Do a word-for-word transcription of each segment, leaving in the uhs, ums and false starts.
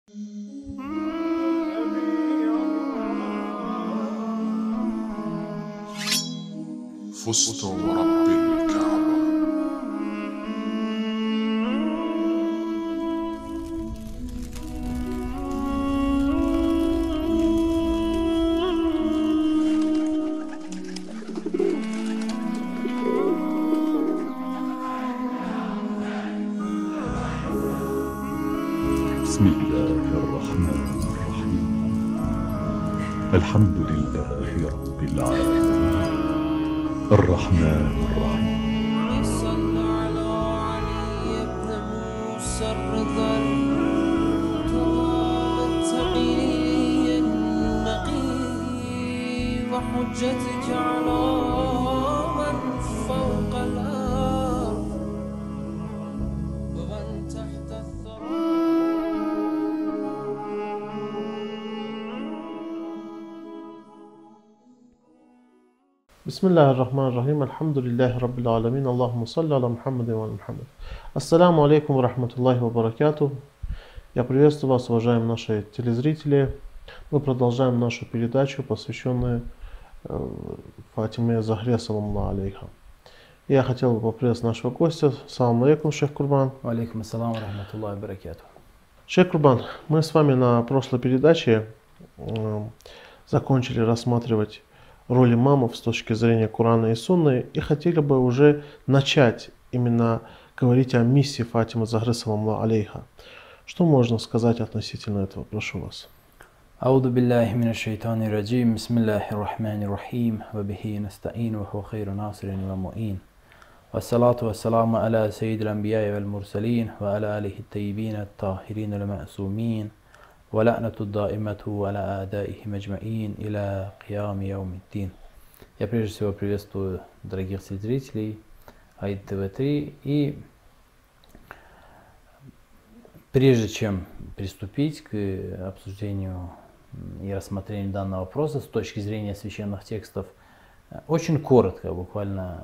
فزت ورب الكعبة. بسم الله الرحمن الرحيم. الحمد لله رب العالمين الرحمن الرحيم. صلى على علي بن موسى الرضا التقي النقي وحجتك على من فوق الأرض ومن تحت الثرى. Bismillahirrahmanirrahim. Alhamdulillahi Rabbil Alamin. Allahumma salli ala Мухаммаду ва Мухаммад. Ассаламу алейкум ва рахматуллахи ва баракату. Я приветствую вас, уважаемые наши телезрители. Мы продолжаем нашу передачу, посвященную э, Фатиме Захре, саламу алейха. Я хотел бы поприветствовать нашего гостя. Саламу алейкум, шейх Курбан. Алейкум ассалам ва рахматуллахи ва баракату. Шейх Курбан, мы с вами на прошлой передаче э, закончили рассматривать роль имамов с точки зрения Корана и Сунны, и хотели бы уже начать именно говорить о миссии Фатимы Захры, саламу алейха. Что можно сказать относительно этого? Прошу вас. Ауду биллахи минаш шайтанир раджим. Бисмиллахир рахманир рахим. Ва бихи настаин ва хува хайру насирин ва муин. Вассалату вассаламу аля саййидил анбияи вал мурсалин ва аля алихи ат-таййибин ат-тахирин ал-ма'сумин. ولعنة الدائمة على أعدائهم أجمعين إلى قيام يوم الدين. Я прежде всего приветствую дорогих телезрителей АИД ТВ три. И прежде чем приступить к обсуждению и рассмотрению данного вопроса с точки зрения священных текстов, очень коротко, буквально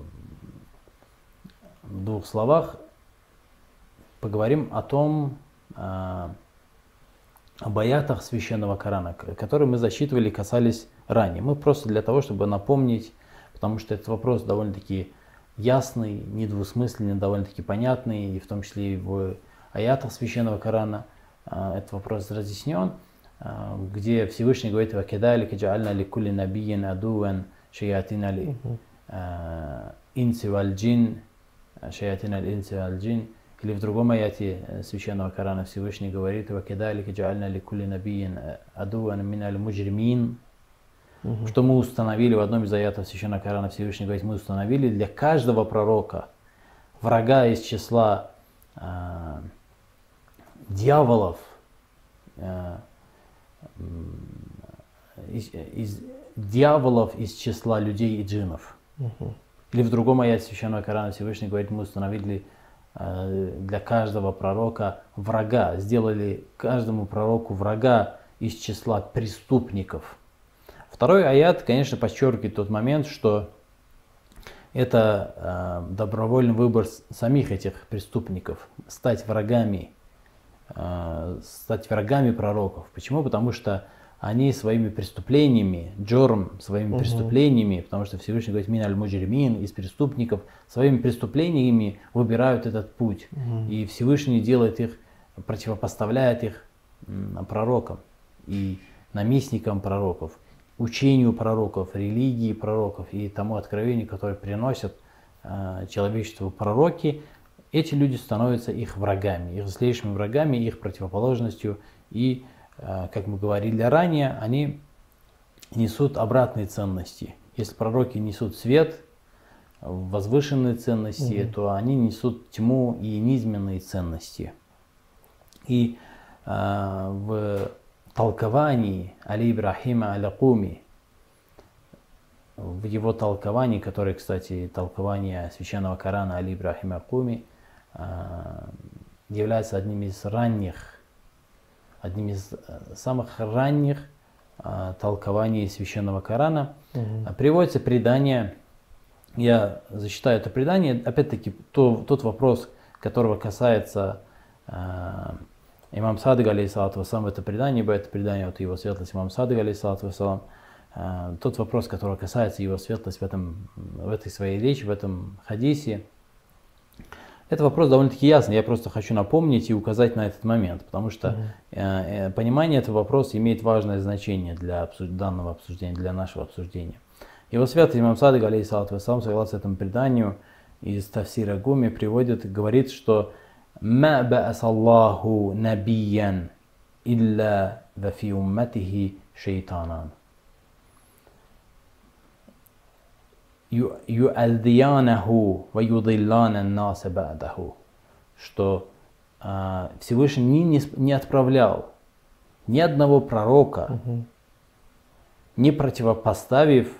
в двух словах, поговорим о том, об аятах священного Корана, которые мы зачитывали и касались ранее. Мы просто для того, чтобы напомнить, потому что этот вопрос довольно-таки ясный, недвусмысленный, довольно-таки понятный, и в том числе и в аятах священного Корана этот вопрос разъяснен, где Всевышний говорит: «Вакедалика джа'альна ликулли набийин адуан шаятин али инси валь джин, шаятин аль инси валь джин». Или в другом аяте священного Корана Всевышний говорит: «Вакедалика джа'альна ликулли набийин адуан миналь муджримин». Что мы установили в одном из аятов священного Корана Всевышний говорит: мы установили для каждого пророка врага из числа э, дьяволов, э, из, из дьяволов из числа людей и джиннов. Uh-huh. Или в другом аяте священного Корана Всевышний говорит: мы установили для каждого пророка врага, сделали каждому пророку врага из числа преступников. Второй аят, конечно, подчеркивает тот момент, что это э, добровольный выбор самих этих преступников, стать врагами, э, стать врагами пророков. Почему? Потому что они своими преступлениями, джорм, своими uh-huh. преступлениями, потому что Всевышний говорит: «Мин аль-муджримин», из преступников, своими преступлениями выбирают этот путь. Uh-huh. И Всевышний делает их, противопоставляет их пророкам и наместникам пророков, учению пророков, религии пророков и тому откровению, которое приносят э, человечеству пророки. Эти люди становятся их врагами, их злейшими врагами, их противоположностью. И как мы говорили ранее, они несут обратные ценности. Если пророки несут свет, возвышенные ценности, mm-hmm. то они несут тьму и низменные ценности. И э, в толковании Али Ибрахима Аль-Акуми, в его толковании, которое, кстати, толкование священного Корана Али Ибрахима Аль-Акуми, э, является одним из ранних одним из самых ранних а, толкований священного Корана. Угу. Приводится предание, я зачитаю это предание, опять-таки то, тот вопрос, которого касается а, имам Садык, алейхиссалату вассалам, в это предание, ибо это предание от его светлости имам Садык, алейхиссалату вассалам, тот вопрос, который касается его светлости в, этом, в этой своей речи, в этом хадисе, это вопрос довольно-таки ясный. Я просто хочу напомнить и указать на этот момент, потому что mm-hmm. понимание этого вопроса имеет важное значение для обсуж... данного обсуждения, для нашего обсуждения. Его святость имам Садык, алейхиссалату вассалам, согласно этому преданию, из Тафсира Гуми приводит и говорит, что «Ма ба'асаллаху набиян илля ва фи умматихи шейтанан». «Ю'алдиянаху ва юдилланан наса ба'даху». Что э, Всевышний не, не отправлял ни одного пророка, угу. не противопоставив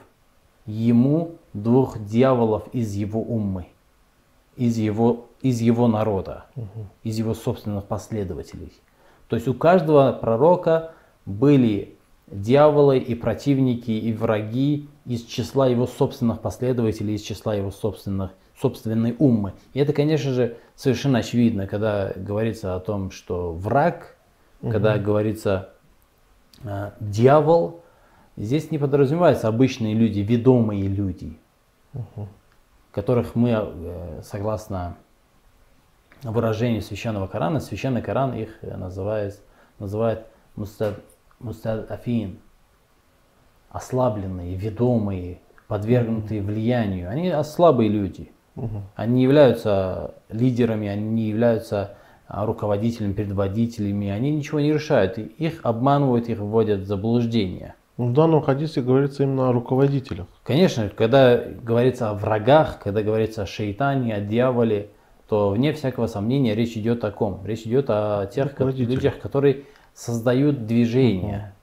ему двух дьяволов из его уммы, из его, из его народа, угу. из его собственных последователей. То есть у каждого пророка были дьяволы и противники и враги из числа его собственных последователей, из числа его собственных, собственной уммы. И это, конечно же, совершенно очевидно, когда говорится о том, что враг, угу. когда говорится э, дьявол, здесь не подразумеваются обычные люди, ведомые люди, угу. которых мы, э, согласно выражению Священного Корана, Священный Коран их называет, называет мустад, мустадафин, ослабленные, ведомые, подвергнутые влиянию. Они слабые люди. Угу. Они не являются лидерами, они не являются руководителями, предводителями, они ничего не решают. Их обманывают, их вводят в заблуждение. В данном хадисе говорится именно о руководителях. Конечно, когда говорится о врагах, когда говорится о шейтане, о дьяволе, то вне всякого сомнения речь идет о ком? Речь идет о тех людях, которые создают движение,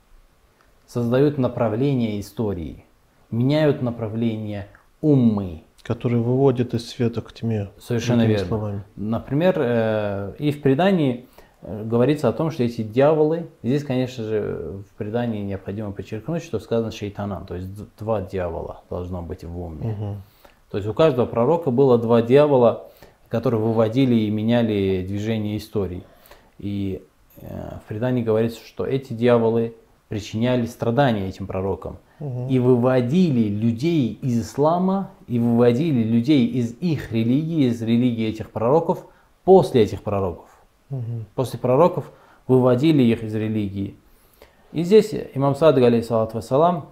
создают направление истории, меняют направление уммы. Которые выводят из света к тьме. Совершенно верно. Словами. Например, э, и в предании э, говорится о том, что эти дьяволы, здесь, конечно же, в предании необходимо подчеркнуть, что сказано шейтанан, то есть два дьявола должно быть в умме. Угу. То есть у каждого пророка было два дьявола, которые выводили и меняли движение истории. И э, в предании говорится, что эти дьяволы причиняли страдания этим пророкам. Угу. И выводили людей из ислама, и выводили людей из их религии, из религии этих пророков, после этих пророков. Угу. После пророков выводили их из религии. И здесь имам Садык, алейхиссалату вассалам,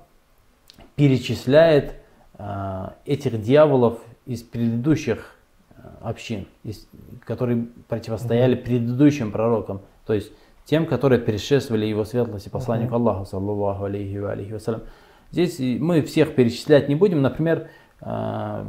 перечисляет э, этих дьяволов из предыдущих э, общин, из, которые противостояли угу. предыдущим пророкам. То есть тем, которые предшествовали его светлости, посланнику uh-huh. Аллаха, саллаллаху алейхи ва алейхи вассалям. Здесь мы всех перечислять не будем. Например, в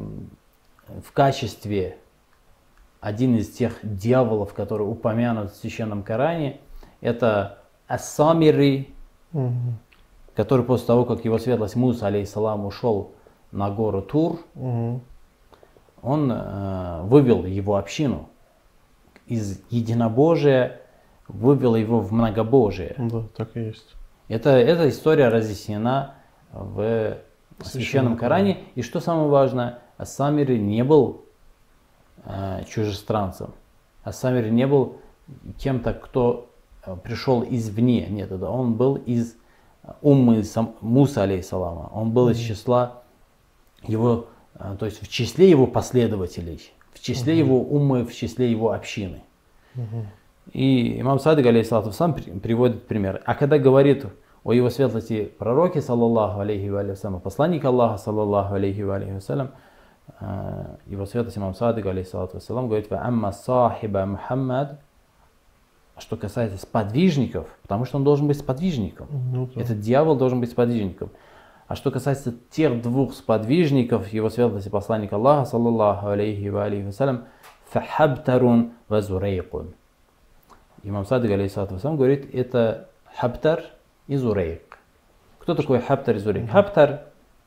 качестве один из тех дьяволов, который упомянут в Священном Коране, это Ас-Самири, uh-huh. который после того, как его светлость Муса, алейхиссалам, ушел на гору Тур, uh-huh. он вывел его общину из единобожия, вывел его в многобожие. Да, так и есть. Это, эта история разъяснена в Священном Коране. И что самое важное, Ас-Самири не был э, чужестранцем. Ас-Самири не был кем-то, кто пришел извне. Нет, это он был из уммы Муса, алейхиссалама. Он был mm-hmm. из числа его, э, то есть в числе его последователей, в числе mm-hmm. его уммы, в числе его общины. Mm-hmm. И имам Садык, алейхиссалату сам приводит пример. А когда говорит о его светлости пророке, саллаллаху алейхи ва алейхи вассалям, посланник Аллаха, саллаллаху алейхи ва алейхи вассалям, его светлость имам Садык, алейхиссалату вассалам, говорит: «Ва амма сахиба Мухаммад», что касается сподвижников, потому что он должен быть сподвижником. Ну, да. Этот дьявол должен быть сподвижником. А что касается тех двух сподвижников, его светлости посланника Аллаха, саллаллаху алейхи ва алейхи вассалям, «Фахабтарун ва зурейкун». Имам Садык, алейхиссалату вассалам, говорит, это Хабтар и Зурейк. Кто такой Хабтар и Зурейк? Mm-hmm. Хабтар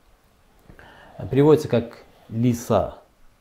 переводится как лиса.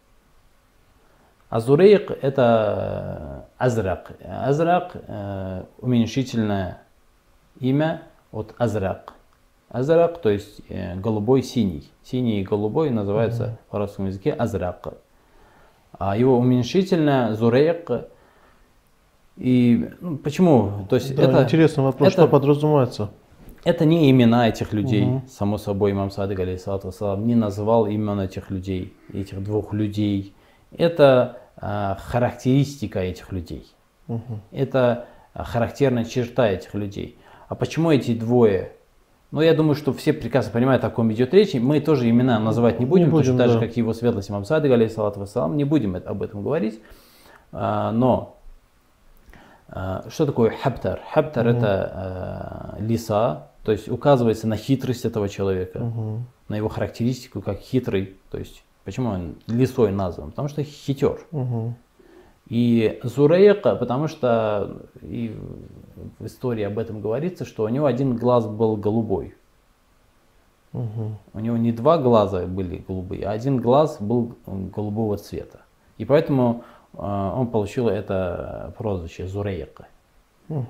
А Зурейк это Азрак. Азрак э, уменьшительное имя от Азрак. Азрак, то есть э, голубой, синий. Синий и голубой называется mm-hmm. в арабском языке Азрак. А его уменьшительное Зурейк. И ну, почему? То есть Да, это, интересный вопрос, это, что подразумевается? это не имена этих людей. Угу. Само собой, имам Садык, алейхиссалату вассалам, не называл имена этих людей, этих двух людей. Это а, характеристика этих людей. Угу. Это характерная черта этих людей. А почему эти двое? Ну, я думаю, что все прекрасно понимают, о ком идет речь. Мы тоже имена называть не будем, не будем точно так же, да. как его светлость имам Садык, алейхиссалату вассалам, не будем об этом говорить. А, но а, что такое хабтар? Хабтар Угу. это а, лиса, то есть указывается на хитрость этого человека, Угу. на его характеристику как хитрый. То есть почему он лисой назван? Потому что хитер. Угу. И Зурейка, потому что и в истории об этом говорится, что у него один глаз был голубой. Угу. У него не два глаза были голубые, а один глаз был голубого цвета. И поэтому э, он получил это прозвище Зурейка. Угу.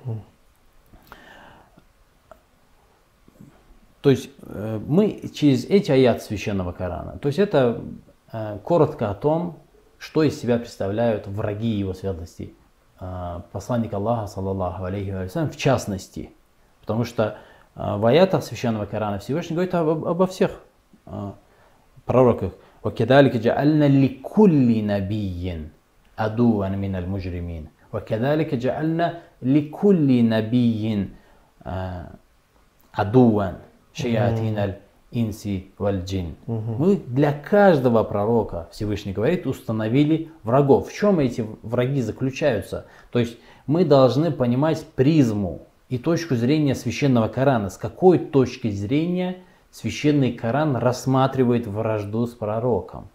То есть э, мы через эти аяты священного Корана, то есть это э, коротко о том, что из себя представляют враги его светлости, посланник Аллаха, саллаллаху алейхи ва саллям, в частности. Потому что в аятах священного Корана Всевышний говорит об, обо всех пророках. وَكَذَلِكَ جَعَلْنَا لِكُلِّ نَبِيٍّ عَدُوًّا مِنَ الْمُجْرِمِينَ وَكَذَلِكَ جَعَلْنَا لِكُلِّ نَبِيٍّ عَدُوًّا شَيَاطِينَ инси валь джин. Мы для каждого пророка, Всевышний говорит, установили врагов. В чем эти враги заключаются? То есть мы должны понимать призму и точку зрения священного Корана. С какой точки зрения священный Коран рассматривает вражду с пророком?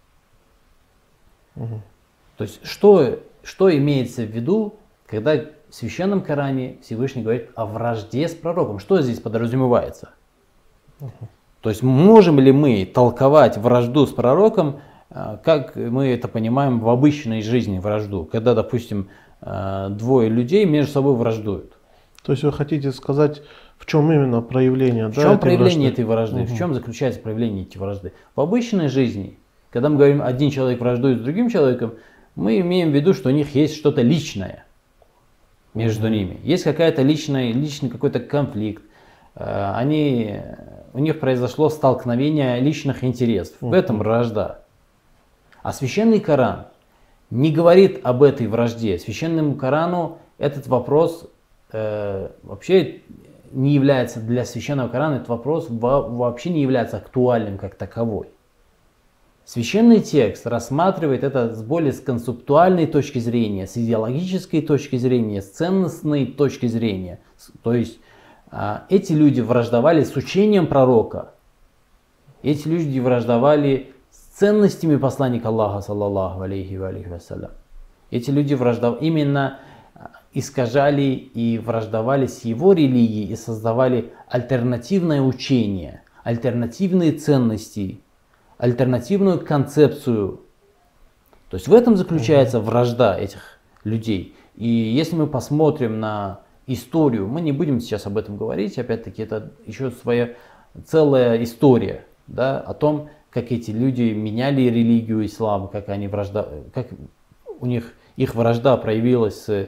Угу. То есть что, что имеется в виду, когда в священном Коране Всевышний говорит о вражде с пророком? Что здесь подразумевается? Угу. То есть можем ли мы толковать вражду с пророком, как мы это понимаем в обычной жизни вражду, когда, допустим, двое людей между собой враждуют? То есть вы хотите сказать, в чем именно проявление? В да, чем этой проявление вражды? этой вражды? Угу. В чем заключается проявление этой вражды? В обычной жизни, когда мы говорим, один человек враждует с другим человеком, мы имеем в виду, что у них есть что-то личное между угу. ними. Есть какая-то личная, личный какой-то конфликт. Они, у них произошло столкновение личных интересов. В этом вражда. А священный Коран не говорит об этой вражде. Священному Корану этот вопрос э, вообще не является, для священного Корана этот вопрос во, вообще не является актуальным как таковой. Священный текст рассматривает это с более с концептуальной точки зрения, с идеологической точки зрения, с ценностной точки зрения. То есть эти люди враждовали с учением пророка. Эти люди враждовали с ценностями посланника Аллаха, саллаллаху алейхи ва алейхи вассалям. Эти люди враждовали, именно искажали и враждовали с его религией и создавали альтернативное учение, альтернативные ценности, альтернативную концепцию. То есть в этом заключается вражда этих людей. И если мы посмотрим на историю, мы не будем сейчас об этом говорить, опять-таки это еще своя целая история, да, о том, как эти люди меняли религию ислама, как они вражда, как у них их вражда проявилась с э,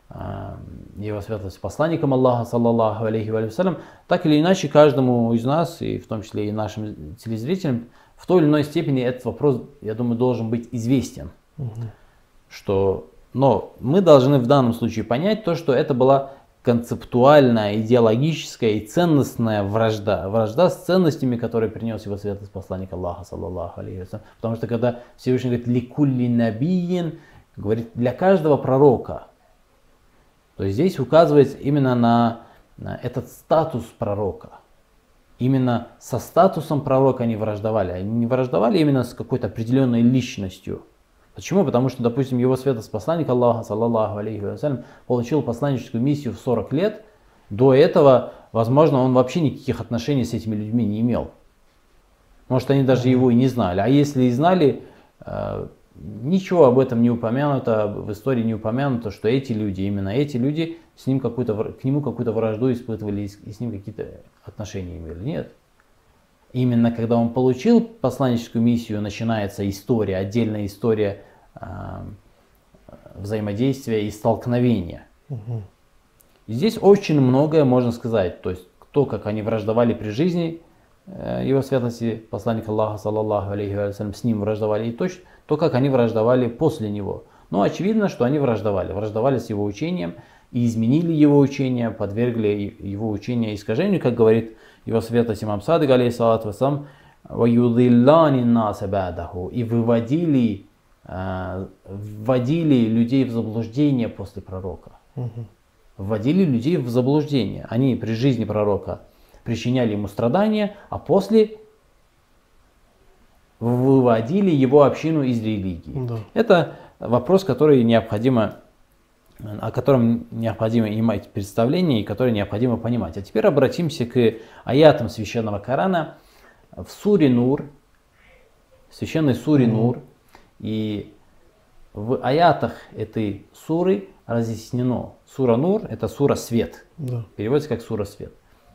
его светлостью посланником Аллаха, саллаллаху алейхи ва саллям. Так или иначе, каждому из нас, и в том числе и нашим телезрителям, в той или иной степени этот вопрос, я думаю, должен быть известен. Угу. Что, но мы должны в данном случае понять то, что это была концептуальная, идеологическая и ценностная вражда. Вражда с ценностями, которые принес его светлость посланник Аллаха, саллаллаху алейхи ва саллям. Потому что когда Всевышний говорит «ликулли набийин», говорит для каждого пророка, то есть здесь указывается именно на, на этот статус пророка. Именно со статусом пророка они враждовали. Они не враждовали именно с какой-то определенной личностью. Почему? Потому что, допустим, его светлость посланник Аллаха, саллаллаху алейхи ва саллям, получил посланническую миссию в сорок лет. До этого, возможно, он вообще никаких отношений с этими людьми не имел. Может, они даже его и не знали. А если и знали, ничего об этом не упомянуто, в истории не упомянуто, что эти люди, именно эти люди, с ним какую-то, к нему какую-то вражду испытывали и с ним какие-то отношения имели. Нет. Именно когда он получил посланническую миссию, начинается история, отдельная история э, взаимодействия и столкновения. И здесь очень многое можно сказать. То есть то, как они враждовали при жизни э, его светлости, посланника Аллаха, саллаллаху алейхи ва саллям, с ним враждовали, и то, то, как они враждовали после него. Но очевидно, что они враждовали. Враждовали с его учением и изменили его учение, подвергли его учение искажению, как говорит его светлость имам Садык, алейхиссалату вассалам, «Ваюдиллани наса ба'даху», и выводили, э, вводили людей в заблуждение после пророка. Вводили людей в заблуждение. Они при жизни пророка причиняли ему страдания, а после выводили его общину из религии. Да. Это вопрос, который необходимо, о котором необходимо иметь представление и который необходимо понимать. А теперь обратимся к аятам священного Корана в суре Нур, в священной суре Нур. И в аятах этой суры разъяснено. Сура Нур – это сура свет. Да. Переводится как сура свет.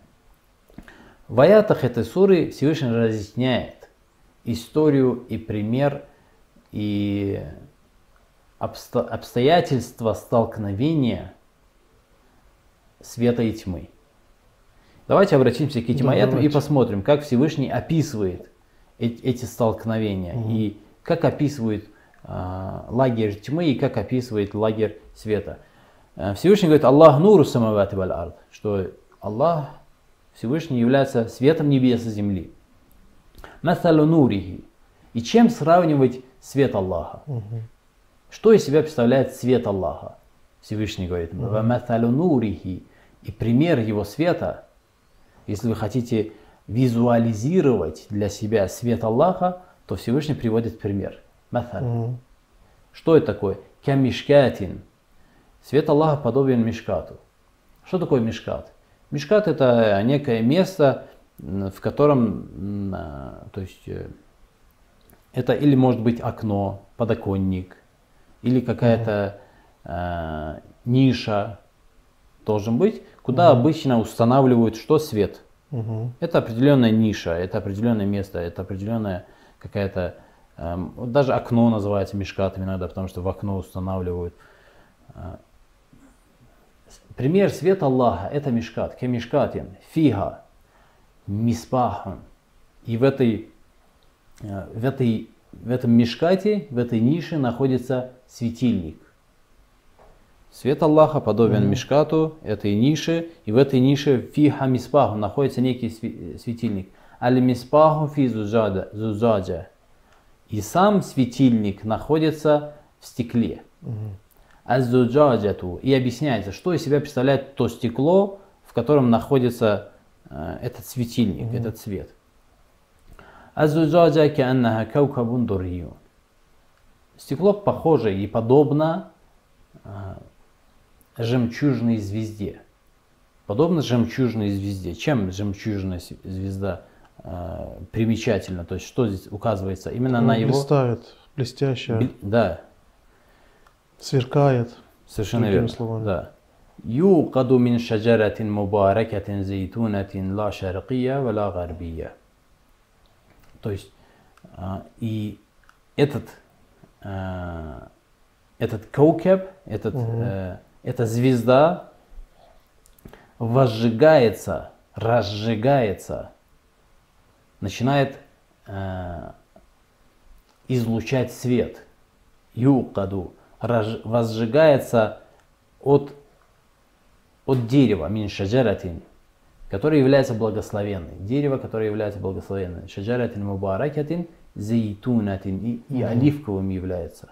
В аятах этой суры Всевышний разъясняет историю и пример и обсто обстоятельства столкновения света и тьмы. Давайте обратимся к этим да, аятам давайте. и посмотрим, как Всевышний описывает э эти столкновения угу. и как описывает э, лагерь тьмы и как описывает лагерь света. Всевышний говорит: Аллах нуру самавати валь ард, что Аллах Всевышний является светом небес и земли. Масалу нурихи. И чем сравнивать свет Аллаха? Угу. Что из себя представляет свет Аллаха? Всевышний говорит: угу. Масалу нурихи. И пример его света, если вы хотите визуализировать для себя свет Аллаха, то Всевышний приводит пример. Масал. Угу. Что это такое? Камишкатин. Свет Аллаха подобен мишкату. Что такое мишкат? Мишкат — это некое место, в котором, то есть, это или может быть окно, подоконник, или какая-то э, ниша должен быть, куда угу. обычно устанавливают что? Свет. Угу. Это определенная ниша, это определенное место, это определенная какая-то, э, даже окно называется мишкатом иногда, потому что в окно устанавливают. Пример света Аллаха — это мишкат. Кемишкатин, фига, мисбахун. И в этой, в этой, в этом мишкате, в этой нише находится светильник. Свет Аллаха подобен mm-hmm. мишкату, этой нише, и в этой нише фиха мисбаху находится некий светильник. Аль мисбаху фи зузаджа. И сам светильник находится в стекле. Mm-hmm. Аззуджаджату. И объясняется, что из себя представляет то стекло, в котором находится э, этот светильник, mm-hmm. этот свет. Аззуджаджа кааннаха каукабун дуррию. Стекло похоже и подобно э, жемчужной звезде. Подобно жемчужной звезде. Чем жемчужная звезда э, примечательна? То есть что здесь указывается? Именно ну, на его... Блистает, блестящая. Бли... Да. Сверкает. Совершенно верно. Словами. Да. Юкаду мин шаджаратин мубаракатин зейтунатин ла шаркия ва ла гарбия. То есть и этот этот каукеб, этот, угу. эта звезда возжигается, разжигается, начинает излучать свет. Юкаду. Возжигается от, от дерева, мин шаджаратин, которое является благословенной. Дерево, которое является благословенной. Шаджаратин мубаракатин зейтунатин, и, и оливковым является.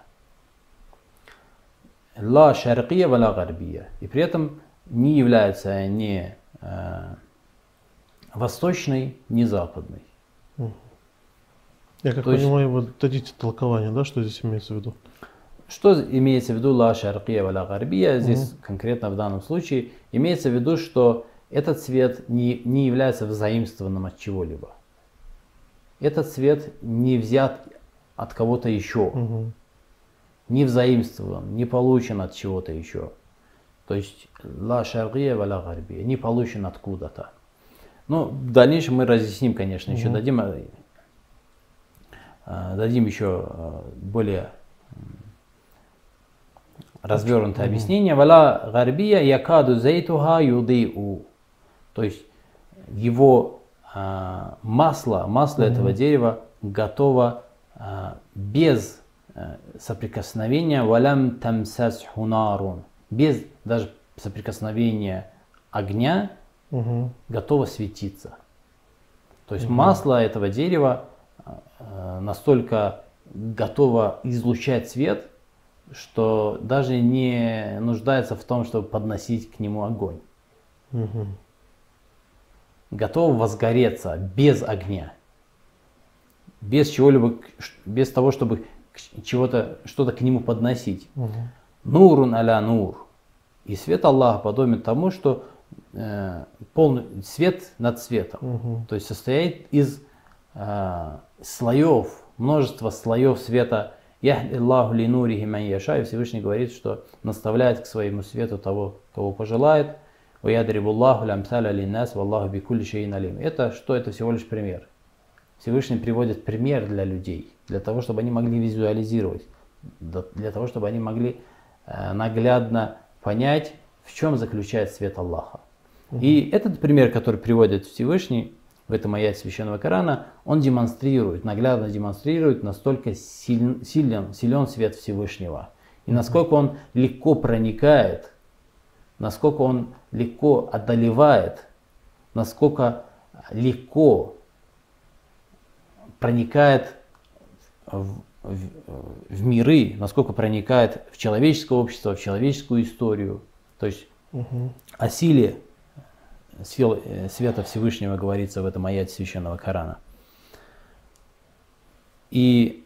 Ла шаркия ва ла гарбия. И при этом не является ни э, восточной, ни западной. Я как То понимаю, есть, вы дадите толкование, да, что здесь имеется в виду? Что имеется в виду ла шаркия ва ла гарбия? Здесь угу. конкретно в данном случае имеется в виду, что этот цвет не, не является взаимствованным от чего-либо. Этот цвет не взят от кого-то еще, угу. не взаимствован, не получен от чего-то еще. То есть ла шаркия ва ла гарбия, не получен откуда-то. Ну, в дальнейшем мы разъясним, конечно, угу. еще дадим, дадим еще более развернутое объяснение. Вала гарбия якаду зайтуха юдиу. То есть его а, масло, масло mm-hmm. этого дерева готово а, без а, соприкосновения валям тамсас хунарун. Без даже соприкосновения огня mm-hmm. готово светиться. То есть mm-hmm. масло этого дерева а, настолько готово излучать свет, что даже не нуждается в том, чтобы подносить к нему огонь. Угу. Готово возгореться без огня, без чего-либо, без того, чтобы чего-то, что-то к нему подносить. Угу. Нурун аля нур. И свет Аллаха подобен тому, что э, полный свет над светом. Угу. То есть состоит из э, слоев, множество слоев света. Яхдиллаху ли нурихи ман яша, и Всевышний говорит, что наставляет к своему свету того, кого пожелает. Ваядрибуллаху лямсаля линнас валлаху бикулли шейин алим. Это что? Это всего лишь пример. Всевышний приводит пример для людей, для того, чтобы они могли визуализировать, для того, чтобы они могли э, наглядно понять, в чем заключается свет Аллаха. Угу. И этот пример, который приводит Всевышний в этом аяте Священного Корана, он демонстрирует, наглядно демонстрирует, настолько силен, силен, силен свет Всевышнего. И насколько он легко проникает, насколько он легко одолевает, насколько легко проникает в, в, в миры, насколько проникает в человеческое общество, в человеческую историю. То есть угу. о силе света Всевышнего говорится в этом аяте Священного Корана. И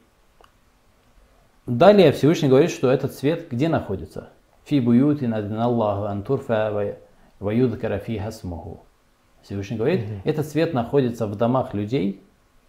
далее Всевышний говорит, что этот свет где находится? Фи буютин адналлаху антурфа ваюдкара фи хасмуху. Всевышний говорит, угу. этот свет находится в домах людей.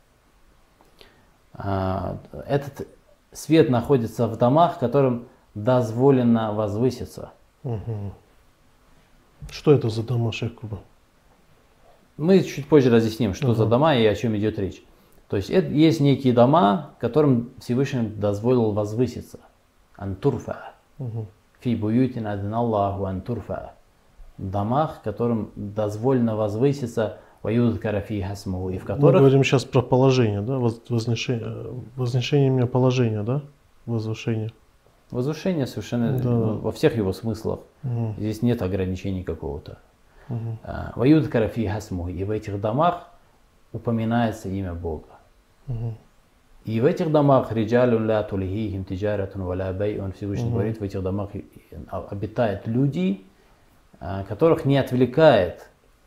Этот свет находится в домах, которым дозволено возвыситься. Угу. Что это за дома, шейх Куба? Мы чуть позже разъясним, что uh-huh. за дома и о чем идет речь. То есть это, есть некие дома, которым Всевышний дозволил возвыситься. Антурфа. Фи буютин адналлаху антурфа. В домах, которым дозволено возвыситься, ваюдкара фи хасмуху, и в которых... Мы говорим сейчас про положение, да? Возношение, возношение именно положения, да? Возвышение. Возвышение совершенно да. во всех его смыслах. Угу. Здесь нет ограничений какого-то. Ваюдкара фи хасмуху, и в этих домах упоминается имя Бога. Угу. И в этих домах риджалун ла тулихихим тиджаратун вала байун, Всевышний угу. говорит, в этих домах обитают люди, которых не отвлекает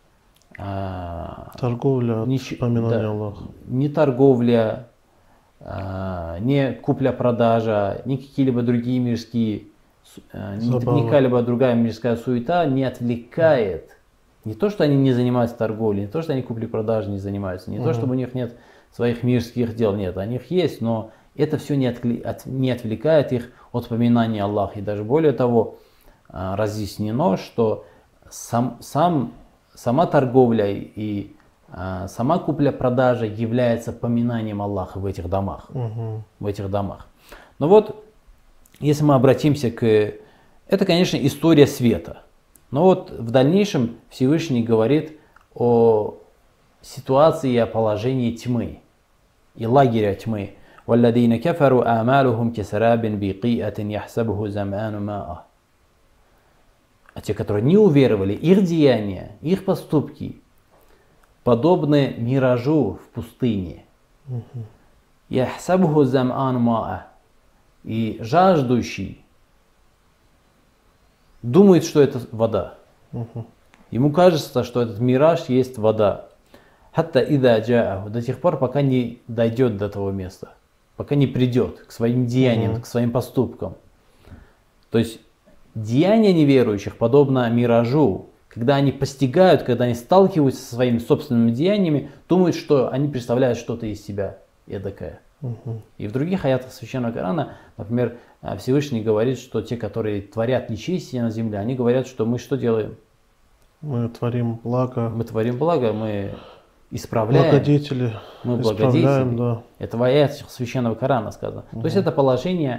торговля от ни, вспоминания да, Аллаха. Не торговля, не купля-продажа, ни какие-либо другие мирские, ни какая-либо другая мирская суета не отвлекает. Не то, что они не занимаются торговлей, не то, что они купли-продажей не занимаются, не угу. то, чтобы у них нет своих мирских дел, нет, у них есть, но это все не, отвли, от, не отвлекает их от поминания Аллаха. И даже более того, разъяснено, что сам, сам, сама торговля и а, сама купля-продажа является поминанием Аллаха в этих домах. Угу. В этих домах. Но вот, если мы обратимся к... Это, конечно, история света. Но вот в дальнейшем Всевышний говорит о ситуации и о положении тьмы и лагеря тьмы. وَالَّذِينَ كَفَرُوا أَعْمَالُهُمْ كَسَرَابٍ بِقِيئَةٍ يَحْسَبُهُ زَمْآنُ مَاءً. А те, которые не уверовали, их деяния, их поступки подобны миражу в пустыне. يَحْسَبُهُ زَمْآنُ مَاءً. И жаждущий думает, что это вода. Uh-huh. Ему кажется, что этот мираж есть вода. Хатта ида джааху, до тех пор, пока не дойдет до того места, пока не придет к своим деяниям, uh-huh. к своим поступкам. То есть деяния неверующих подобно миражу, когда они постигают, когда они сталкиваются со своими собственными деяниями, думают, что они представляют что-то из себя эдакое. Uh-huh. И в других аятах Священного Корана, например, Всевышний говорит, что те, которые творят нечестие на земле, они говорят, что мы что делаем? Мы творим благо. Мы творим благо, мы исправляем. Благодетели. Мы благодетели. Да. Это в аятах Священного Корана сказано. Uh-huh. То есть это положение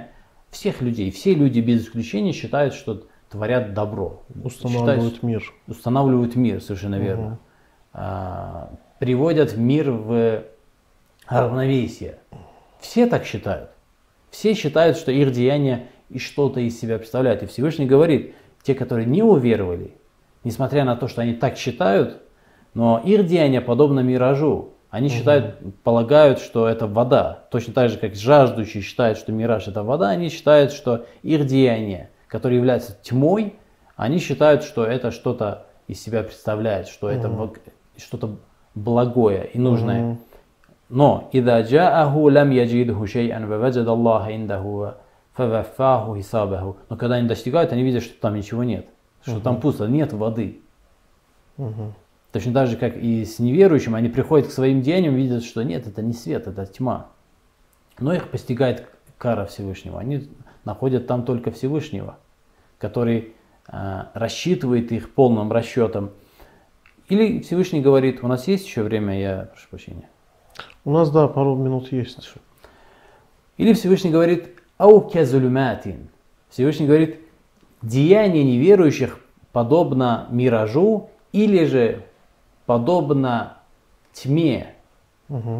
всех людей. Все люди без исключения считают, что творят добро. Устанавливают Считают, мир. Устанавливают мир, совершенно верно. Угу. А, приводят мир в равновесие. Все так считают. Все считают, что их деяния и что-то из себя представляют. И Всевышний говорит, те, которые не уверовали, несмотря на то, что они так считают, но их деяния подобно миражу. Они считают, полагают, что это вода. Точно так же, как жаждущие считают, что мираж это вода, они считают, что их деяния, которые являются тьмой, они считают, что это что-то из себя представляет, что это Мгм. что-то благое и нужное. Мгм. Но إذا جاءه لم يجده شيئا ووجد الله عنده فوفاه حسابه. Но когда они достигают, они видят, что там ничего нет, что там пусто, нет воды. Мгм. Точно так же, как и с неверующим, они приходят к своим деяниям, видят, что нет, это не свет, это тьма. Но их постигает кара Всевышнего. Они находят там только Всевышнего, который э, рассчитывает их полным расчетом. Или Всевышний говорит, у нас есть еще время, я прошу прощения. У нас, да, пару минут есть. Или Всевышний говорит, ау казулюматин. Всевышний говорит, деяние неверующих подобно миражу или же подобно тьме, Угу.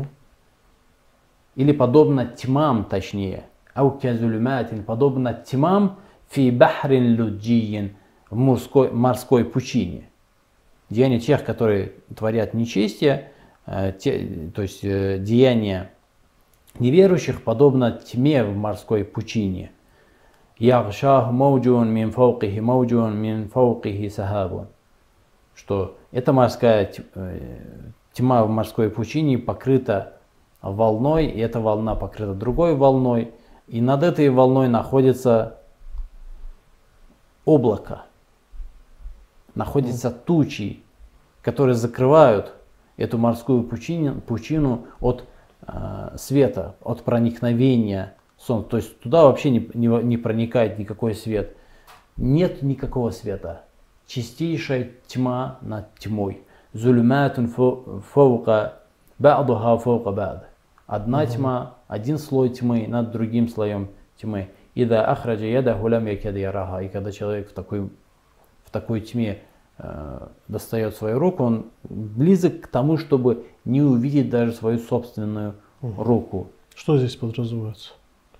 или подобно тьмам, точнее. Ау казулюматин, подобно тьмам фи бахрин люджиин, в морской, морской пучине. Деяния тех, которые творят нечестие, э, те, то есть э, деяния неверующих подобно тьме в морской пучине. Ягшах мауджун мин фаукихи мауджун мин фаукихи сахабун. Что эта морская тьма в морской пучине покрыта волной, и эта волна покрыта другой волной, и над этой волной находится облако, находятся тучи, которые закрывают эту морскую пучину, пучину от э, света, от проникновения солнца. То есть туда вообще не, не, не проникает никакой свет. Нет никакого света. Чистейшая тьма над тьмой. Зулюматун фаука ба'духа фаука ба'д. Одна тьма, один слой тьмы над другим слоем тьмы. Ида ахраджа ядаху лам якад яраха. И когда человек в такой, в такой тьме э, достает свою руку, он близок к тому, чтобы не увидеть даже свою собственную руку. Что здесь подразумевается?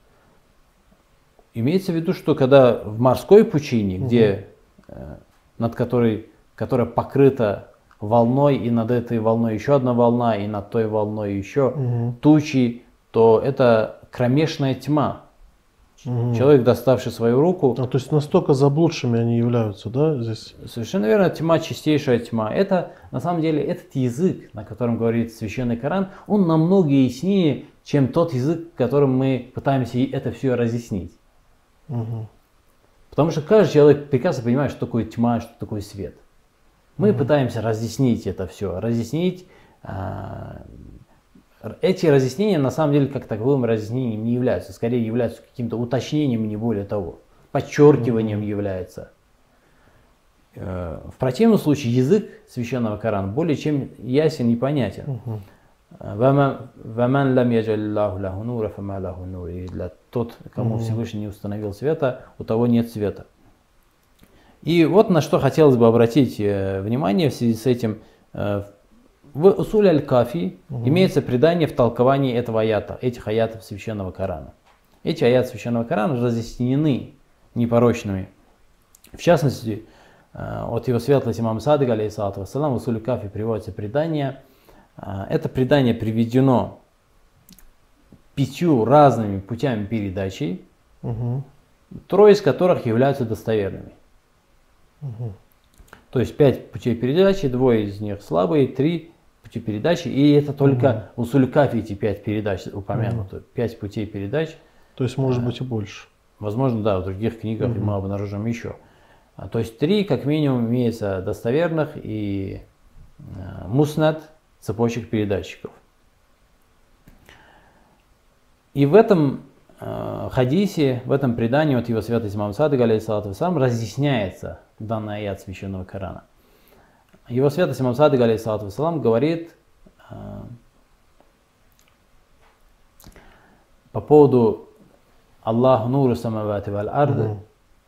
Имеется в виду, что когда в морской пучине, где, э, над которой, которая покрыта волной, и над этой волной еще одна волна, и над той волной еще Угу. тучи, то это кромешная тьма. Угу. Человек, доставший свою руку, А, то есть настолько заблудшими они являются, да, здесь? совершенно верно, тьма, чистейшая тьма. Это, на самом деле, этот язык, на котором говорит Священный Коран, он намного яснее, чем тот язык, которым мы пытаемся это все разъяснить. Угу. Потому что каждый человек прекрасно понимает, что такое тьма, что такое свет. Мы пытаемся разъяснить это все, разъяснить. А, эти разъяснения на самом деле как таковым разъяснением не являются, скорее являются каким-то уточнением, не более того, подчеркиванием является. Э, в противном случае язык Священного Корана более чем ясен и понятен. «Ваман лам яджаллаху лаху нура, фама лаху нур». И для тот, кому Всевышний не установил света, у того нет света. И вот на что хотелось бы обратить э, внимание в связи с этим. Э, в Усуль аль-Кафи имеется предание в толковании этого аята, этих аятов Священного Корана. Эти аяты Священного Корана разъяснены непорочными. В частности, э, от его светлости имам Садык, алейхиссалату вассалам, в Усуль аль-Кафи приводится предание. Э, это предание приведено пятью разными путями передачи, Угу. трое из которых являются достоверными. Угу. То есть пять путей передачи, двое из них слабые, три пути передачи, и это только в Усуль Кафи эти пять передач упомянуты, пять путей передач. То есть может быть и больше. Возможно, да, в других книгах мы обнаружим еще. А, то есть три, как минимум, имеется достоверных и э, муснад, цепочек передатчиков. И в этом э, хадисе, в этом предании от его святости имам Садык, алейхиссалату вассалам, разъясняется данный аят Священного Корана. Его святость имам Садык, алейхиссалату вассалам, говорит э, по поводу Аллаху нуру самавати валь арды.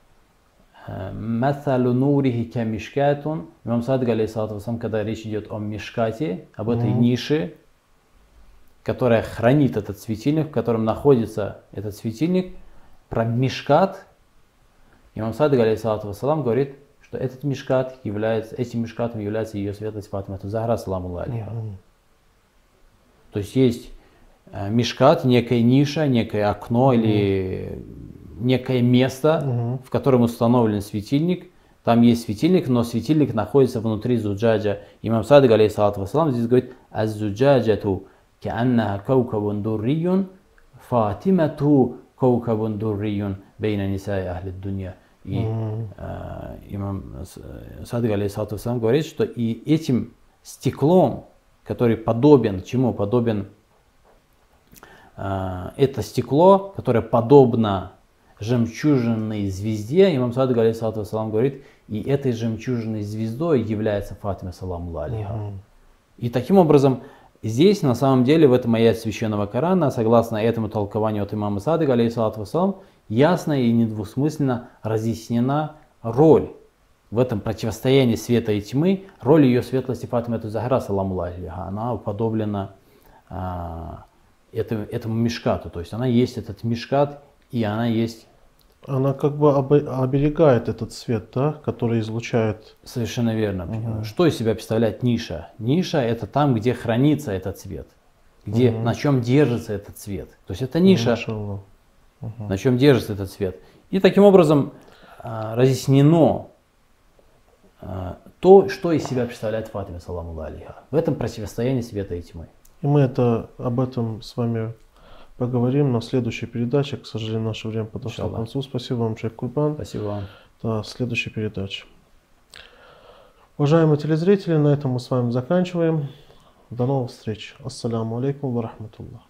Масалу нурихи ка мишкатун. Имам Садик, алейхиссалату вассалам, когда речь идет о мишкате, об этой нише, которая хранит этот светильник, в котором находится этот светильник, про мишкат, имам Садик, алейхиссалату вассалам, говорит, что этот мишкат является, этим мишкатом является ее светлость Фатима Захра, саламу алейха. То есть есть мишкат, некая ниша, некое окно или некое место, uh-huh. в котором установлен светильник. Там есть светильник, но светильник находится внутри зуджаджа. Имам Садик, алейхиссалату вассалам, здесь говорит: «Аз-зуджаджату кааннаха каукабун дурриюн, Фатимату каукабун дурриюн бейна нисаи ахли дунья». И uh-huh. э, имам Садик, алейхиссалату вассалам, говорит, что и этим стеклом, который подобен, чему подобен, э, это стекло, которое подобно жемчужной звезде, имам Садик, алейхиссалату вассалам, говорит, и этой жемчужной звездой является Фатима, саламу алейха. Uh-huh. И таким образом, здесь на самом деле в этом аяте священного Корана, согласно этому толкованию от имама Садика, алейхиссалату вассалам, ясно и недвусмысленно разъяснена роль в этом противостоянии света и тьмы, роль ее светлости Фатима Захра, саламу алейха. Она уподоблена а, этому, этому мишкату, то есть она есть этот мишкат, и она есть... Она как бы оберегает этот свет, да, который излучает. Совершенно верно. Угу. Что из себя представляет ниша? Ниша — это там, где хранится этот свет, где, угу. на чем держится этот свет. То есть это ниша, угу. на чем держится этот свет. И таким образом а, разъяснено а, то, что из себя представляет Фатима, саламу алейха, в этом противостоянии света и тьмы. И мы это, об этом с вами поговорим на следующей передаче. К сожалению, наше время подошло к концу. Спасибо вам, шейх Кульбан. Спасибо вам. До следующей передачи. Уважаемые телезрители, на этом мы с вами заканчиваем. До новых встреч. Ассаляму алейкум ва рахматуллах.